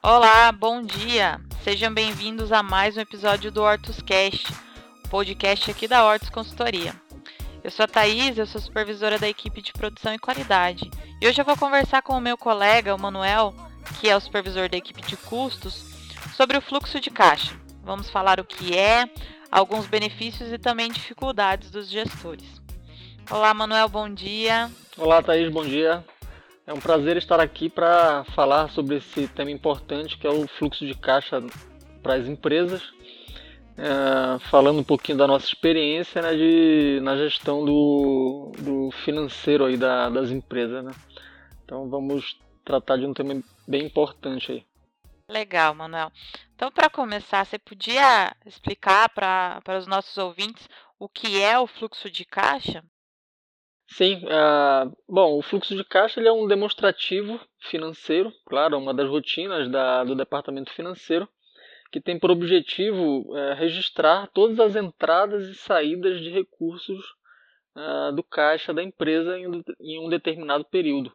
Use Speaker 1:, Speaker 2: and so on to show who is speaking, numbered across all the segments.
Speaker 1: Olá, bom dia! Sejam bem-vindos a mais um episódio do HortusCast, podcast aqui da Hortus Consultoria. Eu sou a Thaís, eu sou supervisora da equipe de produção e qualidade. E hoje eu vou conversar com o meu colega, o Manuel, que é o supervisor da equipe de custos, sobre o fluxo de caixa. Vamos falar o que é, alguns benefícios e também dificuldades dos gestores. Olá, Manuel, bom dia.
Speaker 2: Olá, Thaís, bom dia. É um prazer estar aqui para falar sobre esse tema importante que é o fluxo de caixa para as empresas, falando um pouquinho da nossa experiência, né, na gestão do financeiro aí das empresas, né? Então vamos tratar de um tema bem importante aí.
Speaker 1: Legal, Manuel. Então, para começar, você podia explicar para os nossos ouvintes o que é o fluxo de caixa?
Speaker 2: Sim, bom, o fluxo de caixa ele é um demonstrativo financeiro, claro, uma das rotinas do departamento financeiro, que tem por objetivo registrar todas as entradas e saídas de recursos do caixa da empresa em um determinado período.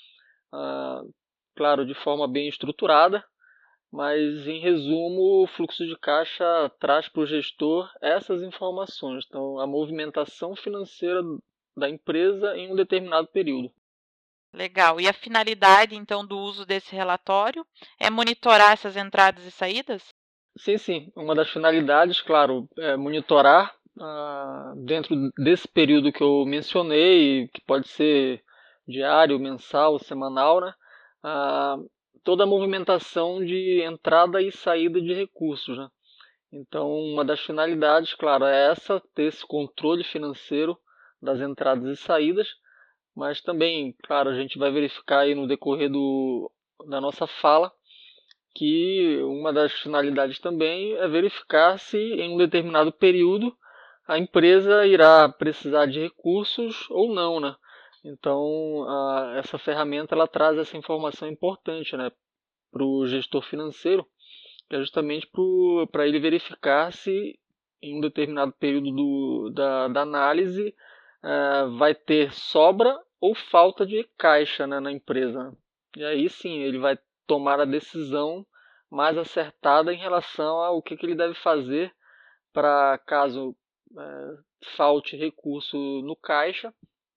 Speaker 2: Claro, de forma bem estruturada, mas em resumo, o fluxo de caixa traz para o gestor essas informações. Então, a movimentação financeira da empresa em um determinado período.
Speaker 1: Legal. E a finalidade, então, do uso desse relatório é monitorar essas entradas e saídas?
Speaker 2: Sim. Uma das finalidades, claro, é monitorar dentro desse período que eu mencionei, que pode ser diário, mensal, semanal, né? Toda a movimentação de entrada e saída de recursos, né? Então, uma das finalidades, claro, é essa, ter esse controle financeiro das entradas e saídas, mas também, claro, a gente vai verificar aí no decorrer da nossa fala que uma das finalidades também é verificar se em um determinado período a empresa irá precisar de recursos ou não, né? Então, essa ferramenta ela traz essa informação importante, né, para o gestor financeiro, que é justamente para ele verificar se em um determinado período da análise vai ter sobra ou falta de caixa, né, na empresa. E aí sim, ele vai tomar a decisão mais acertada em relação ao que ele deve fazer para caso falte recurso no caixa,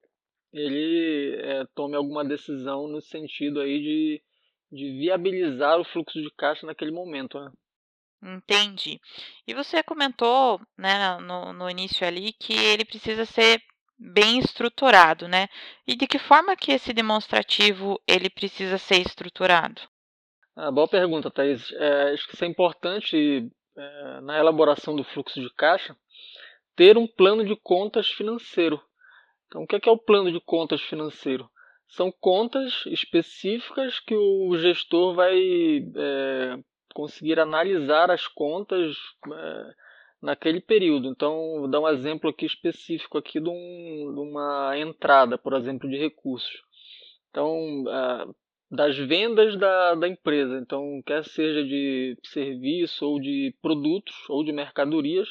Speaker 2: ele tome alguma decisão no sentido aí de viabilizar o fluxo de caixa naquele momento, né?
Speaker 1: Entendi. E você comentou, né, no início ali, que ele precisa ser bem estruturado, né? E de que forma que esse demonstrativo ele precisa ser estruturado?
Speaker 2: Boa pergunta, Thaís. Acho que isso é importante na elaboração do fluxo de caixa, ter um plano de contas financeiro. Então, o que é o plano de contas financeiro? São contas específicas que o gestor vai conseguir analisar as contas naquele período. Então, vou dar um exemplo aqui específico aqui de uma entrada, por exemplo, de recursos. Então, das vendas da empresa. Então, quer seja de serviço ou de produtos ou de mercadorias,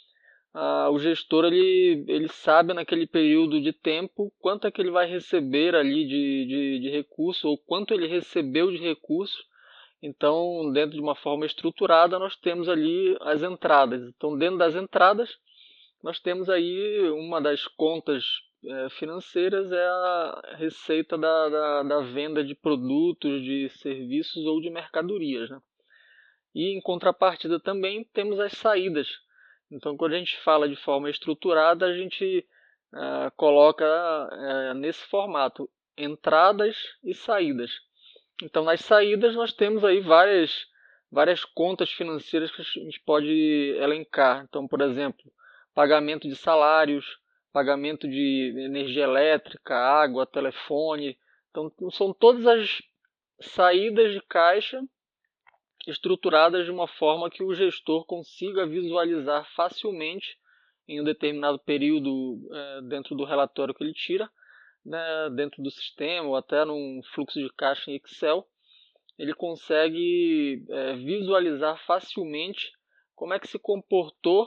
Speaker 2: o gestor ele sabe naquele período de tempo quanto é que ele vai receber ali de recurso ou quanto ele recebeu de recurso. Então, dentro de uma forma estruturada, nós temos ali as entradas. Então, dentro das entradas, nós temos aí uma das contas financeiras é a receita da venda de produtos, de serviços ou de mercadorias, né? E em contrapartida também temos as saídas. Então, quando a gente fala de forma estruturada, a gente coloca nesse formato entradas e saídas. Então, nas saídas, nós temos aí várias contas financeiras que a gente pode elencar. Então, por exemplo, pagamento de salários, pagamento de energia elétrica, água, telefone. Então, são todas as saídas de caixa estruturadas de uma forma que o gestor consiga visualizar facilmente em um determinado período dentro do relatório que ele tira, né, dentro do sistema ou até num fluxo de caixa em Excel, ele consegue visualizar facilmente como é que se comportou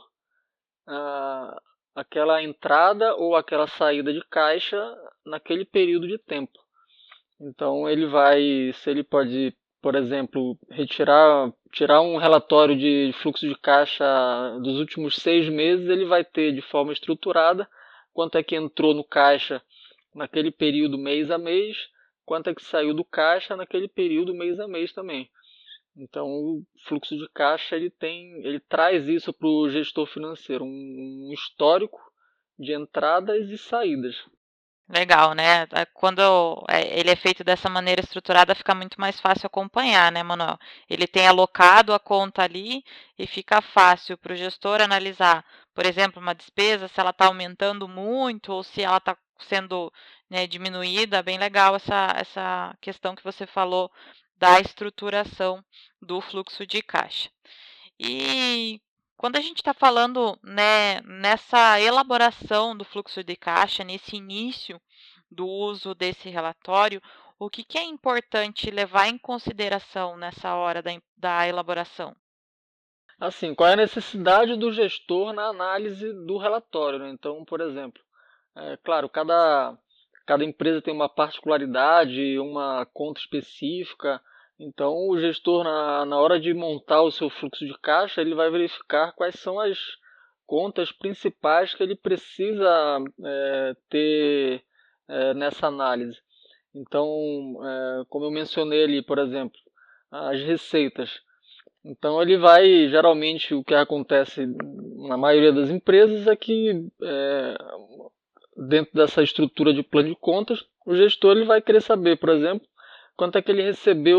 Speaker 2: aquela entrada ou aquela saída de caixa naquele período de tempo. Então ele vai, se ele por exemplo, tirar um relatório de fluxo de caixa dos últimos 6 meses, ele vai ter de forma estruturada quanto é que entrou no caixa naquele período mês a mês, quanto é que saiu do caixa naquele período mês a mês também. Então, o fluxo de caixa ele traz isso para o gestor financeiro, um histórico de entradas e saídas.
Speaker 1: Legal, né? Quando ele é feito dessa maneira estruturada, fica muito mais fácil acompanhar, né, Manuel? Ele tem alocado a conta ali e fica fácil para o gestor analisar, por exemplo, uma despesa, se ela está aumentando muito ou se ela está sendo, né, diminuída. Bem legal essa questão que você falou da estruturação do fluxo de caixa. E quando a gente está falando, né, nessa elaboração do fluxo de caixa, nesse início do uso desse relatório, o que é importante levar em consideração nessa hora da elaboração?
Speaker 2: Assim, qual é a necessidade do gestor na análise do relatório, né? Então, por exemplo, claro, cada empresa tem uma particularidade, uma conta específica. Então, o gestor, na hora de montar o seu fluxo de caixa, ele vai verificar quais são as contas principais que ele precisa ter nessa análise. Então, como eu mencionei ali, por exemplo, as receitas. Então ele vai, geralmente o que acontece na maioria das empresas é que dentro dessa estrutura de plano de contas, o gestor ele vai querer saber, por exemplo, quanto é que ele recebeu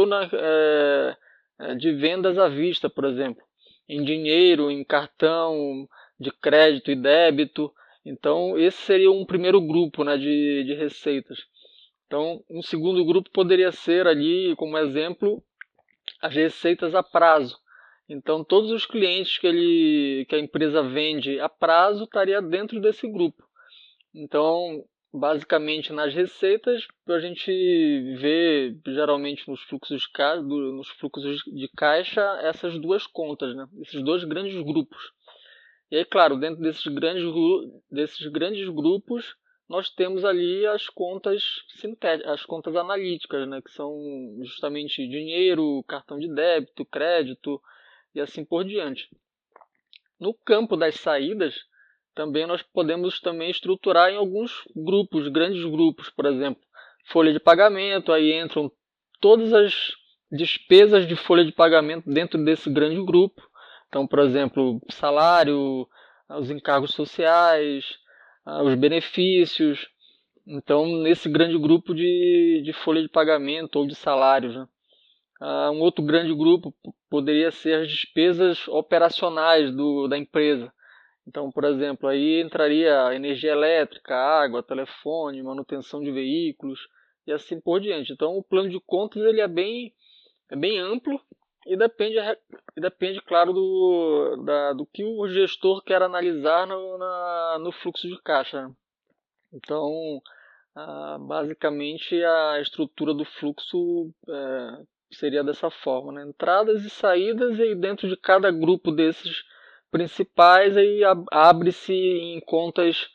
Speaker 2: de vendas à vista, por exemplo, em dinheiro, em cartão de crédito e débito. Então esse seria um primeiro grupo, né, de receitas. Então um segundo grupo poderia ser ali, como exemplo, as receitas a prazo. Então, todos os clientes que a empresa vende a prazo estaria dentro desse grupo. Então, basicamente, nas receitas, a gente vê geralmente nos fluxos de caixa essas duas contas, né? Esses dois grandes grupos. E aí, claro, dentro desses grandes grupos, nós temos ali as contas sintéticas, as contas analíticas, né, que são justamente dinheiro, cartão de débito, crédito e assim por diante. No campo das saídas, também nós podemos também estruturar em alguns grupos, grandes grupos, por exemplo, folha de pagamento, aí entram todas as despesas de folha de pagamento dentro desse grande grupo. Então, por exemplo, salário, os encargos sociais, os benefícios. Então, nesse grande grupo de folha de pagamento ou de salários, né? Um outro grande grupo poderia ser as despesas operacionais da empresa. Então, por exemplo, aí entraria energia elétrica, água, telefone, manutenção de veículos e assim por diante. Então, o plano de contas ele é bem amplo e depende, claro, do que o gestor quer analisar no fluxo de caixa. Então, basicamente, a estrutura do fluxo seria dessa forma, né? Entradas e saídas, e dentro de cada grupo desses principais, aí abre-se em contas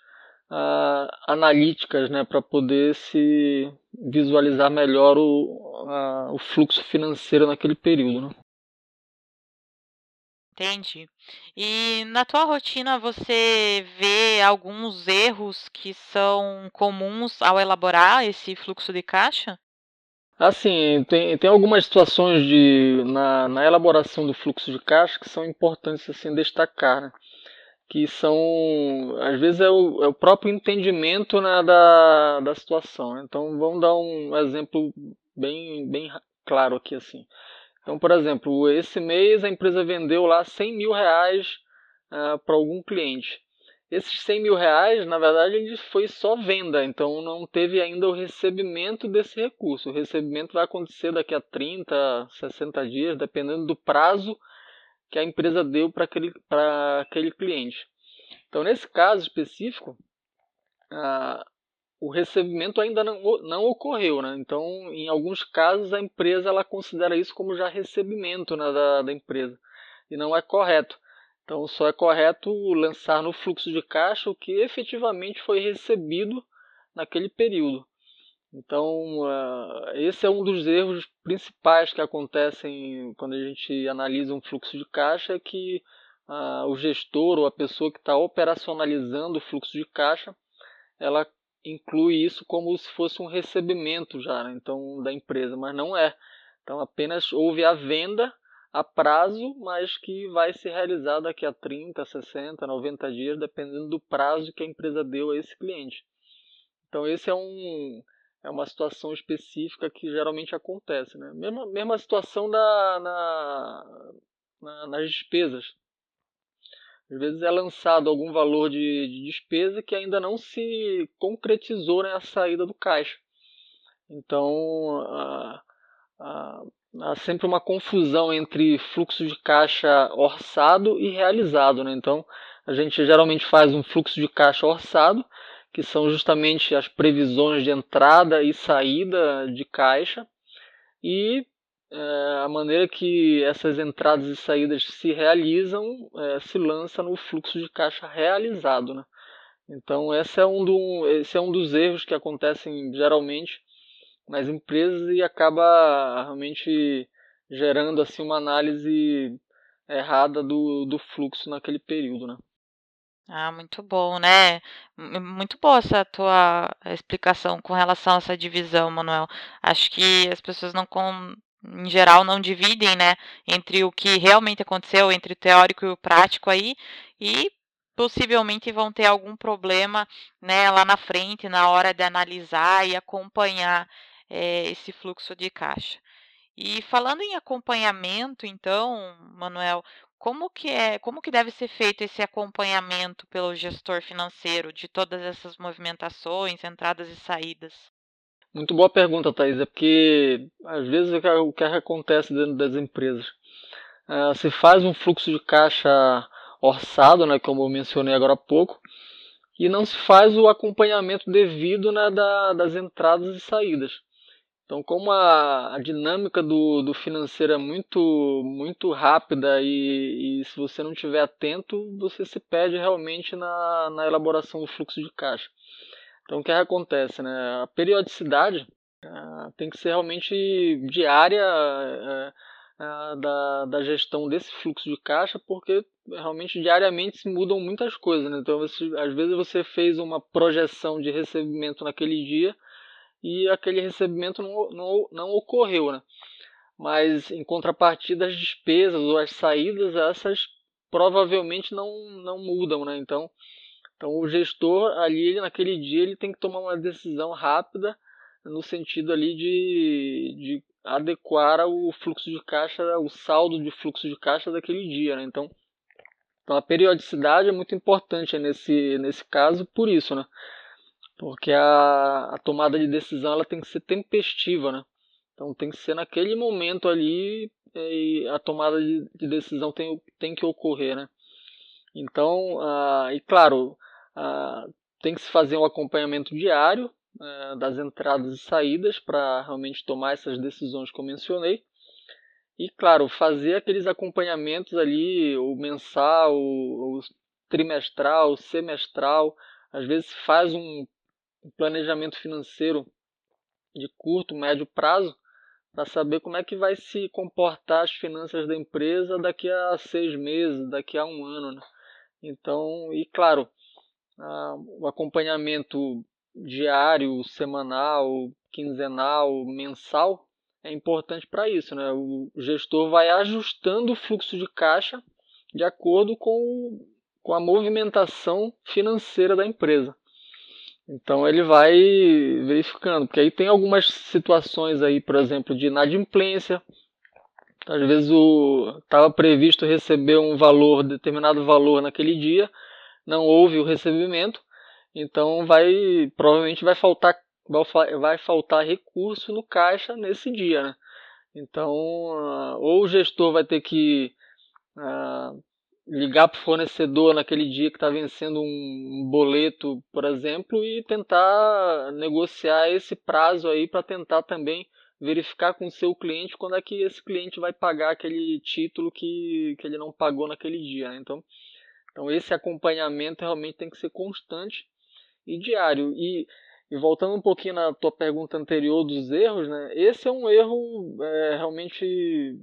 Speaker 2: analíticas, né, para poder se visualizar melhor o fluxo financeiro naquele período, né?
Speaker 1: Entendi. E na tua rotina você vê alguns erros que são comuns ao elaborar esse fluxo de caixa?
Speaker 2: Assim, tem algumas situações na elaboração do fluxo de caixa que são importantes assim destacar, né? Que são, às vezes, é o próprio entendimento, né, da situação. Então, vamos dar um exemplo bem claro aqui, assim. Então, por exemplo, esse mês a empresa vendeu lá 100 mil reais para algum cliente. Esses 100 mil reais, na verdade, ele foi só venda, então não teve ainda o recebimento desse recurso. O recebimento vai acontecer daqui a 30, 60 dias, dependendo do prazo que a empresa deu para aquele cliente. Então, nesse caso específico, o recebimento ainda não ocorreu, né? Então, em alguns casos, a empresa ela considera isso como já recebimento, né, da empresa, e não é correto. Então, só é correto lançar no fluxo de caixa o que efetivamente foi recebido naquele período. Então, esse é um dos erros principais que acontecem quando a gente analisa um fluxo de caixa, é que o gestor ou a pessoa que está operacionalizando o fluxo de caixa, ela inclui isso como se fosse um recebimento já, né? Então, da empresa, mas não é. Então, apenas houve a venda a prazo, mas que vai se realizar daqui a 30, 60, 90 dias, dependendo do prazo que a empresa deu a esse cliente. Então, esse é uma situação específica que geralmente acontece, né? Mesma situação nas despesas. Às vezes é lançado algum valor de despesa que ainda não se concretizou, né, a saída do caixa. Então, há sempre uma confusão entre fluxo de caixa orçado e realizado, né? Então, a gente geralmente faz um fluxo de caixa orçado, que são justamente as previsões de entrada e saída de caixa, e a maneira que essas entradas e saídas se realizam se lança no fluxo de caixa realizado, né? Então, esse é um dos erros que acontecem geralmente nas empresas e acaba realmente gerando assim uma análise errada do fluxo naquele período, né?
Speaker 1: Ah, muito bom, né? Muito boa essa tua explicação com relação a essa divisão, Manuel. Acho que as pessoas em geral, não dividem, né, entre o que realmente aconteceu, entre o teórico e o prático aí, e possivelmente vão ter algum problema, né, lá na frente, na hora de analisar e acompanhar, esse fluxo de caixa. E falando em acompanhamento, então, Manuel, como que deve ser feito esse acompanhamento pelo gestor financeiro de todas essas movimentações, entradas e saídas?
Speaker 2: Muito boa pergunta, Thaís. É porque às vezes o que acontece dentro das empresas? Se faz um fluxo de caixa orçado, né, como eu mencionei agora há pouco, e não se faz o acompanhamento devido, né, das entradas e saídas. Então, como a dinâmica do financeiro é muito rápida e se você não estiver atento, você se perde realmente na elaboração do fluxo de caixa. Então, o que acontece, né? A periodicidade tem que ser realmente diária da gestão desse fluxo de caixa, porque realmente diariamente se mudam muitas coisas, né? Então, às vezes você fez uma projeção de recebimento naquele dia e aquele recebimento não ocorreu, né? Mas em contrapartida as despesas ou as saídas, essas provavelmente não mudam, né? Então o gestor ali naquele dia ele tem que tomar uma decisão rápida no sentido ali de adequar o fluxo de caixa, o saldo de fluxo de caixa daquele dia, né? Então a periodicidade é muito importante nesse caso por isso, né? Porque a tomada de decisão ela tem que ser tempestiva, né? Então tem que ser naquele momento ali e a tomada de decisão tem que ocorrer, né? Então, e claro, tem que se fazer um acompanhamento diário das entradas e saídas para realmente tomar essas decisões que eu mencionei. E claro, fazer aqueles acompanhamentos ali, o mensal, o trimestral, o semestral. Às vezes faz um planejamento financeiro de curto, médio prazo, para saber como é que vai se comportar as finanças da empresa daqui a 6 meses, daqui a um ano, né? Então, e claro, o acompanhamento diário, semanal, quinzenal, mensal é importante para isso, né? O gestor vai ajustando o fluxo de caixa de acordo com a movimentação financeira da empresa. Então ele vai verificando, porque aí tem algumas situações aí, por exemplo, de inadimplência. Às vezes estava previsto receber um valor, determinado valor naquele dia, não houve o recebimento, então provavelmente vai faltar recurso no caixa nesse dia, né? Então, ou o gestor vai ter que ligar para o fornecedor naquele dia que está vencendo um boleto, por exemplo, e tentar negociar esse prazo aí para tentar também verificar com o seu cliente quando é que esse cliente vai pagar aquele título que ele não pagou naquele dia, né? Então esse acompanhamento realmente tem que ser constante e diário. E E voltando um pouquinho na tua pergunta anterior dos erros, né? Esse é um erro realmente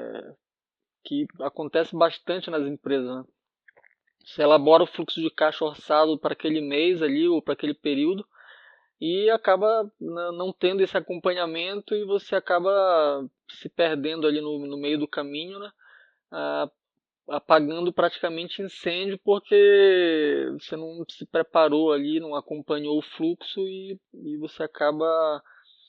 Speaker 2: que acontece bastante nas empresas, né? Você elabora o fluxo de caixa orçado para aquele mês ali ou para aquele período e acaba não tendo esse acompanhamento e você acaba se perdendo ali no meio do caminho, né? Apagando praticamente incêndio porque você não se preparou ali, não acompanhou o fluxo e você acaba,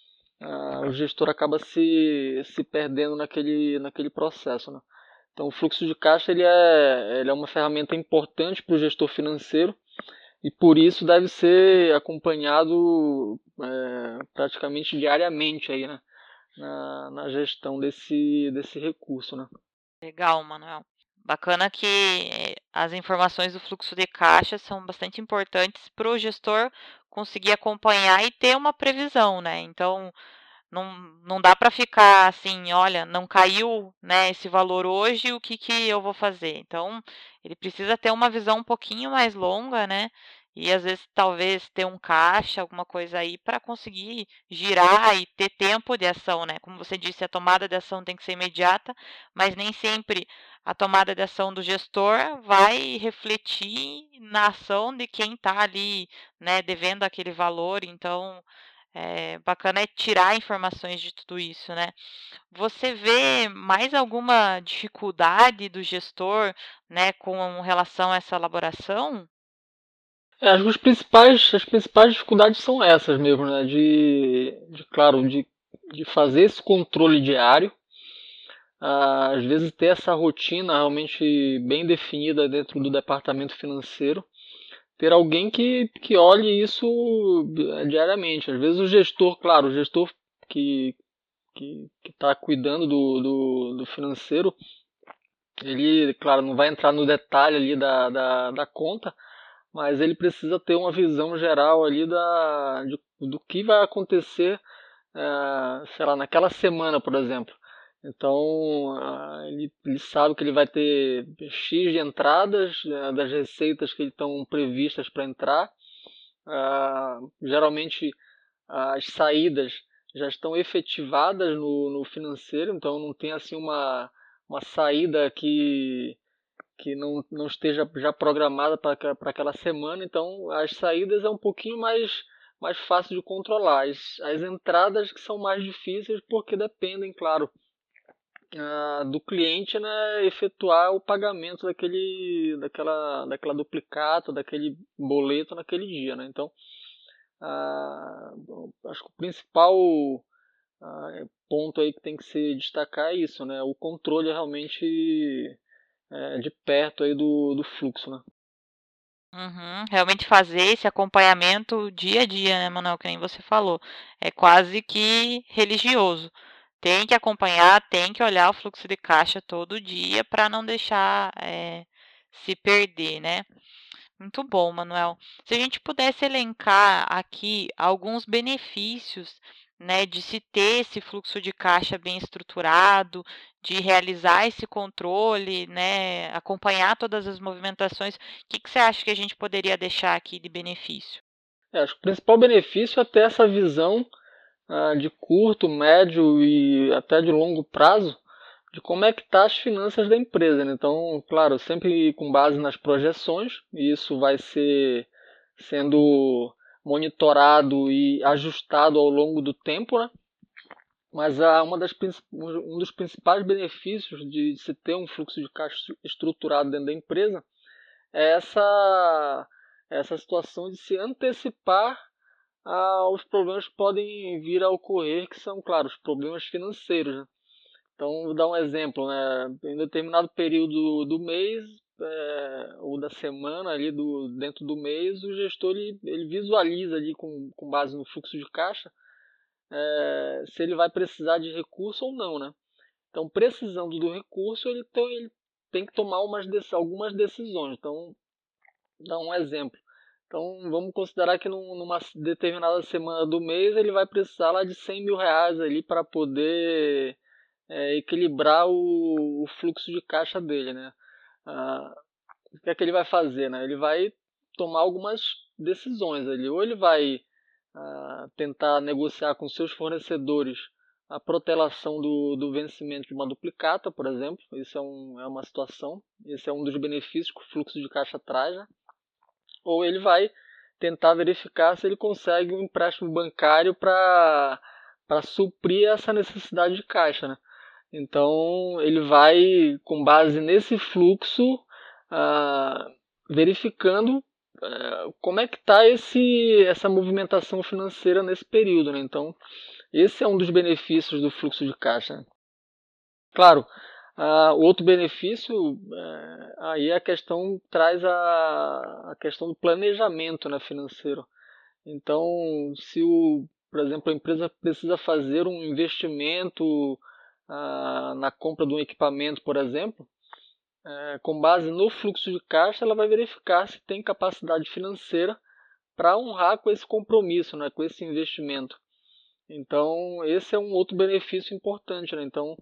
Speaker 2: o gestor acaba se perdendo naquele processo, né? Então o fluxo de caixa ele é uma ferramenta importante para o gestor financeiro e por isso deve ser acompanhado praticamente diariamente aí, né? Na gestão desse recurso, né?
Speaker 1: Legal, Manuel. Bacana que as informações do fluxo de caixa são bastante importantes para o gestor conseguir acompanhar e ter uma previsão, né? Então, não dá para ficar assim, olha, não caiu, né, esse valor hoje, o que que eu vou fazer? Então, ele precisa ter uma visão um pouquinho mais longa, né? E às vezes talvez ter um caixa, alguma coisa aí para conseguir girar e ter tempo de ação, né? Como você disse, a tomada de ação tem que ser imediata, mas nem sempre a tomada de ação do gestor vai refletir na ação de quem está ali, né, devendo aquele valor. Então, bacana é tirar informações de tudo isso, né? Você vê mais alguma dificuldade do gestor, né, com relação a essa elaboração?
Speaker 2: Acho que as principais dificuldades são essas mesmo, né? Claro, de fazer esse controle diário, às vezes ter essa rotina realmente bem definida dentro do departamento financeiro, ter alguém que olhe isso diariamente. Às vezes o gestor, claro, o gestor que está cuidando do financeiro, ele, claro, não vai entrar no detalhe ali da conta, mas ele precisa ter uma visão geral ali do que vai acontecer, sei lá, naquela semana, por exemplo. Então, ele sabe que ele vai ter X de entradas, das receitas que estão previstas para entrar. Geralmente, as saídas já estão efetivadas no financeiro, então não tem assim uma saída que não esteja já programada para aquela semana, então as saídas é um pouquinho mais fácil de controlar. As entradas que são mais difíceis porque dependem, claro, do cliente, né, efetuar o pagamento daquela duplicata, daquele boleto naquele dia, né? Então, acho que o principal ponto aí que tem que se destacar é isso, né? O controle realmente de perto aí do fluxo, né?
Speaker 1: Uhum, realmente fazer esse acompanhamento dia a dia, né, Manuel, que nem você falou. É quase que religioso. Tem que acompanhar, tem que olhar o fluxo de caixa todo dia para não deixar se perder, né? Muito bom, Manuel. Se a gente pudesse elencar aqui alguns benefícios, né, de se ter esse fluxo de caixa bem estruturado, de realizar esse controle, né, acompanhar todas as movimentações, o que que você acha que a gente poderia deixar aqui de benefício?
Speaker 2: Acho que o principal benefício é ter essa visão de curto, médio e até de longo prazo de como é que tá as finanças da empresa, né? Então, claro, sempre com base nas projeções, e isso vai ser sendo monitorado e ajustado ao longo do tempo, né? Mas um dos principais benefícios de se ter um fluxo de caixa estruturado dentro da empresa é essa situação de se antecipar aos problemas que podem vir a ocorrer, que são, claro, os problemas financeiros, né? Então, vou dar um exemplo, né? Em determinado período do mês ou da semana ali dentro do mês, o gestor ele visualiza ali com base no fluxo de caixa se ele vai precisar de recurso ou não, né? Então, precisando do recurso, ele tem que tomar algumas decisões. Então, dar um exemplo. Então, vamos considerar que numa determinada semana do mês ele vai precisar lá de 100 mil reais ali para poder equilibrar o fluxo de caixa dele, né? O que é que ele vai fazer, né? Ele vai tomar algumas decisões ali. Ou ele vai tentar negociar com seus fornecedores a protelação do vencimento de uma duplicata, por exemplo. Isso é uma situação, esse é um dos benefícios que o fluxo de caixa traz, né? Ou ele vai tentar verificar se ele consegue um empréstimo bancário para suprir essa necessidade de caixa, né? Então ele vai, com base nesse fluxo, verificando como é que está essa movimentação financeira nesse período, né? Então esse é um dos benefícios do fluxo de caixa, né? Claro, o outro benefício, aí a questão traz a questão do planejamento, né, financeiro. Então, se por exemplo, a empresa precisa fazer um investimento na compra de um equipamento, por exemplo, com base no fluxo de caixa, ela vai verificar se tem capacidade financeira para honrar com esse compromisso, né, com esse investimento. Então, esse é um outro benefício importante, né? Então,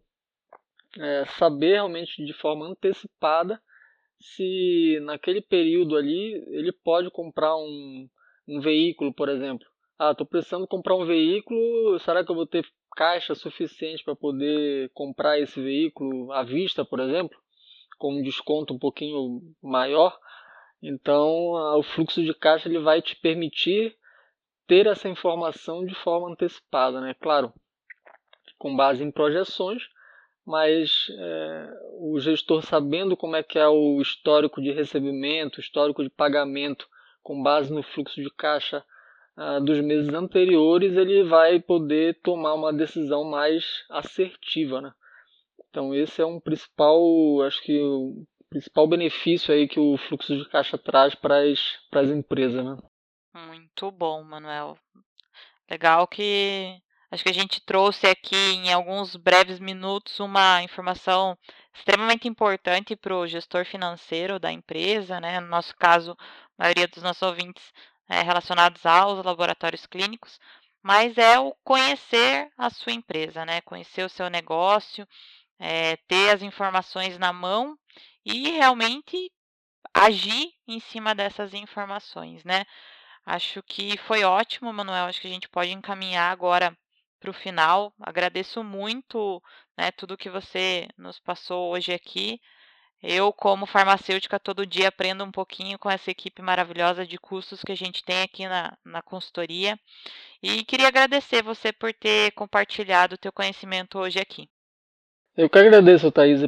Speaker 2: saber realmente de forma antecipada se naquele período ali ele pode comprar um veículo, por exemplo. Estou precisando comprar um veículo, será que eu vou ter caixa suficiente para poder comprar esse veículo à vista, por exemplo, com um desconto um pouquinho maior? Então, o fluxo de caixa ele vai te permitir ter essa informação de forma antecipada, né? Claro, com base em projeções, mas o gestor sabendo como é que é o histórico de recebimento, o histórico de pagamento, com base no fluxo de caixa dos meses anteriores, ele vai poder tomar uma decisão mais assertiva, né? Então esse é acho que o principal benefício aí que o fluxo de caixa traz para as empresas, né?
Speaker 1: Muito bom, Manuel. Legal que acho que a gente trouxe aqui em alguns breves minutos uma informação extremamente importante para o gestor financeiro da empresa, né? No nosso caso, a maioria dos nossos ouvintes relacionados aos laboratórios clínicos, mas é o conhecer a sua empresa, né? Conhecer o seu negócio, ter as informações na mão e realmente agir em cima dessas informações, né? Acho que foi ótimo, Manuel. Acho que a gente pode encaminhar agora para o final. Agradeço muito, né, tudo que você nos passou hoje aqui. Eu, como farmacêutica, todo dia aprendo um pouquinho com essa equipe maravilhosa de cursos que a gente tem aqui na consultoria. E queria agradecer você por ter compartilhado o teu conhecimento hoje aqui.
Speaker 2: Eu que agradeço, Thaís,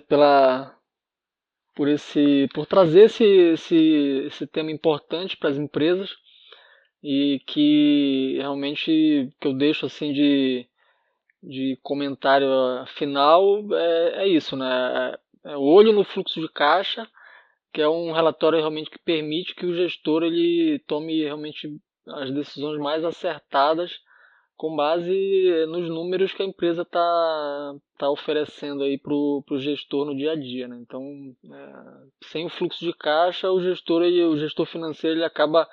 Speaker 2: por trazer esse tema importante para as empresas e que realmente que eu deixo assim de comentário final é isso, né? É olho no fluxo de caixa, que é um relatório realmente que permite que o gestor ele tome realmente as decisões mais acertadas com base nos números que a empresa tá oferecendo aí para o gestor no dia a dia, né? Então, sem o fluxo de caixa, o gestor financeiro ele acaba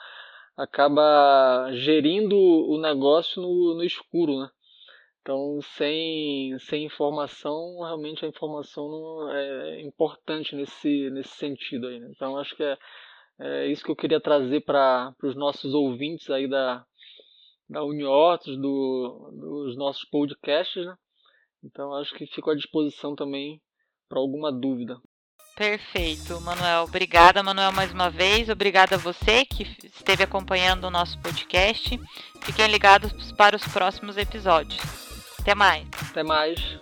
Speaker 2: gerindo o negócio no escuro, né? Então, sem informação, realmente a informação não é importante nesse sentido aí, né? Então, acho que é isso que eu queria trazer para os nossos ouvintes aí da UniHortus, dos nossos podcasts, né? Então, acho que fico à disposição também para alguma dúvida.
Speaker 1: Perfeito, Manuel. Obrigada, Manuel, mais uma vez. Obrigada a você que esteve acompanhando o nosso podcast. Fiquem ligados para os próximos episódios. Até mais.
Speaker 2: Até mais.